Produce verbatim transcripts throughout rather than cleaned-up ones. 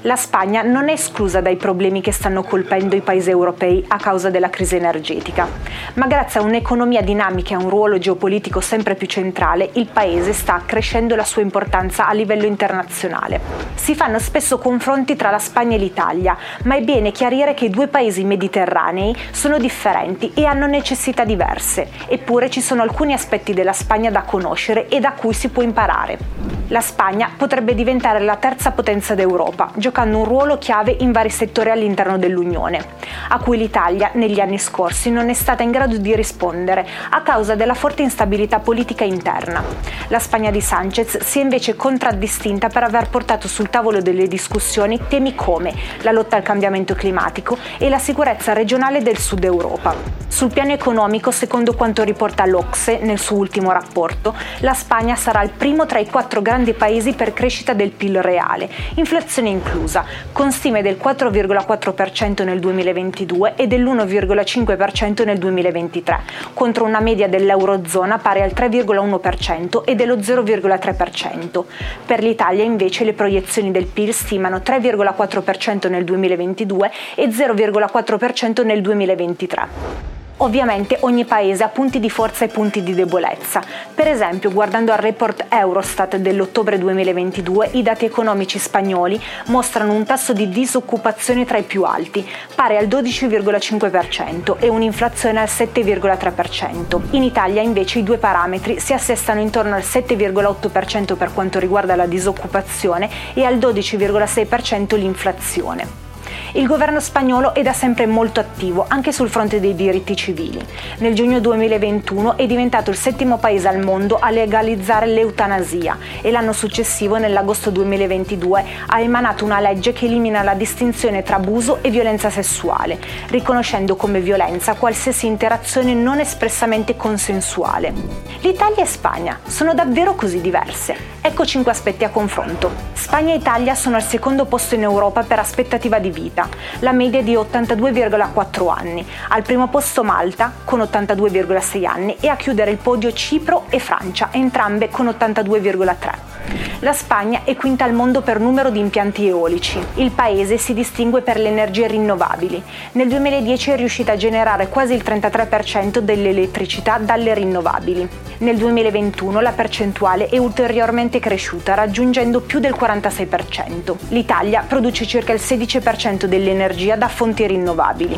La Spagna non è esclusa dai problemi che stanno colpendo i paesi europei a causa della crisi energetica, ma grazie a un'economia dinamica e a un ruolo geopolitico sempre più centrale, il paese sta crescendo la sua importanza a livello internazionale. Si fanno spesso confronti tra la Spagna e l'Italia, ma è bene chiarire che i due paesi mediterranei sono differenti e hanno necessità diverse, eppure ci sono alcuni aspetti della Spagna da conoscere e da cui si può imparare. La Spagna potrebbe diventare la terza potenza d'Europa, giocando un ruolo chiave in vari settori all'interno dell'Unione, a cui l'Italia negli anni scorsi non è stata in grado di rispondere a causa della forte instabilità politica interna. La Spagna di Sánchez si è invece contraddistinta per aver portato sul tavolo delle discussioni temi come la lotta al cambiamento climatico e la sicurezza regionale del Sud Europa. Sul piano economico, secondo quanto riporta l'O C S E nel suo ultimo rapporto, la Spagna sarà il primo tra i quattro grandi paesi per crescita del P I L reale, inflazione inclusa, con stime del quattro virgola quattro per cento nel duemilaventidue e dell'uno virgola cinque per cento nel duemilaventitré, contro una media dell'Eurozona pari al tre virgola uno per cento e dello zero virgola tre per cento. Per l'Italia invece le proiezioni del P I L stimano tre virgola quattro per cento nel duemilaventidue e zero virgola quattro per cento nel duemilaventitré. Ovviamente ogni paese ha punti di forza e punti di debolezza. Per esempio, guardando al report Eurostat dell'ottobre duemilaventidue, i dati economici spagnoli mostrano un tasso di disoccupazione tra i più alti, pari al dodici virgola cinque per cento e un'inflazione al sette virgola tre per cento. In Italia invece i due parametri si assestano intorno al sette virgola otto per cento per quanto riguarda la disoccupazione e al dodici virgola sei per cento l'inflazione. Il governo spagnolo è da sempre molto attivo anche sul fronte dei diritti civili. Nel giugno duemilaventuno è diventato il settimo paese al mondo a legalizzare l'eutanasia e l'anno successivo, nell'agosto duemilaventidue, ha emanato una legge che elimina la distinzione tra abuso e violenza sessuale, riconoscendo come violenza qualsiasi interazione non espressamente consensuale. L'Italia e Spagna sono davvero così diverse? Ecco cinque aspetti a confronto. Spagna e Italia sono al secondo posto in Europa per aspettativa di vita, la media è di ottantadue virgola quattro anni, al primo posto Malta con ottantadue virgola sei anni e a chiudere il podio Cipro e Francia, entrambe con ottantadue virgola tre. La Spagna è quinta al mondo per numero di impianti eolici. Il paese si distingue per le energie rinnovabili. Nel duemiladieci è riuscita a generare quasi il trentatré per cento dell'elettricità dalle rinnovabili. Nel duemilaventuno la percentuale è ulteriormente cresciuta, raggiungendo più del quarantasei per cento. L'Italia produce circa il sedici per cento dell'energia da fonti rinnovabili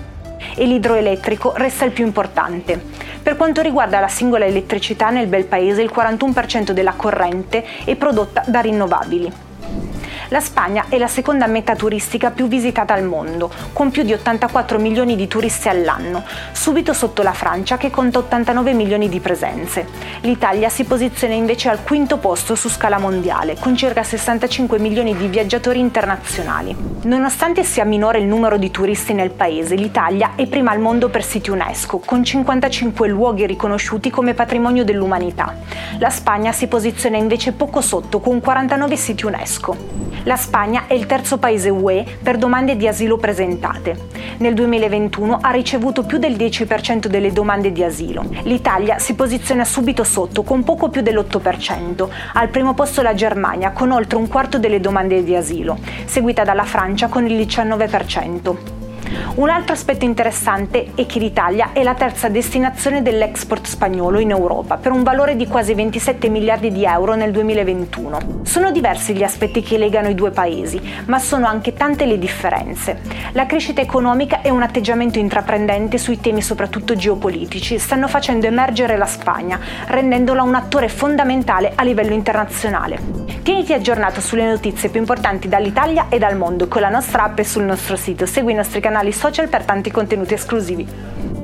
e l'idroelettrico resta il più importante. Per quanto riguarda la singola elettricità, nel bel paese il quarantuno per cento della corrente è prodotta da rinnovabili. La Spagna è la seconda meta turistica più visitata al mondo, con più di ottantaquattro milioni di turisti all'anno, subito sotto la Francia che conta ottantanove milioni di presenze. L'Italia si posiziona invece al quinto posto su scala mondiale, con circa sessantacinque milioni di viaggiatori internazionali. Nonostante sia minore il numero di turisti nel paese, l'Italia è prima al mondo per siti UNESCO, con cinquantacinque luoghi riconosciuti come patrimonio dell'umanità. La Spagna si posiziona invece poco sotto, con quarantanove siti UNESCO. La Spagna è il terzo paese U E per domande di asilo presentate. Nel duemilaventuno ha ricevuto più del dieci per cento delle domande di asilo. L'Italia si posiziona subito sotto, con poco più dell'otto per cento. Al primo posto la Germania, con oltre un quarto delle domande di asilo, seguita dalla Francia con il diciannove per cento. Un altro aspetto interessante è che l'Italia è la terza destinazione dell'export spagnolo in Europa, per un valore di quasi ventisette miliardi di euro nel duemilaventuno. Sono diversi gli aspetti che legano i due paesi, ma sono anche tante le differenze. La crescita economica e un atteggiamento intraprendente sui temi soprattutto geopolitici stanno facendo emergere la Spagna, rendendola un attore fondamentale a livello internazionale. Tieniti aggiornato sulle notizie più importanti dall'Italia e dal mondo con la nostra app e sul nostro sito. Segui i nostri canali social per tanti contenuti esclusivi.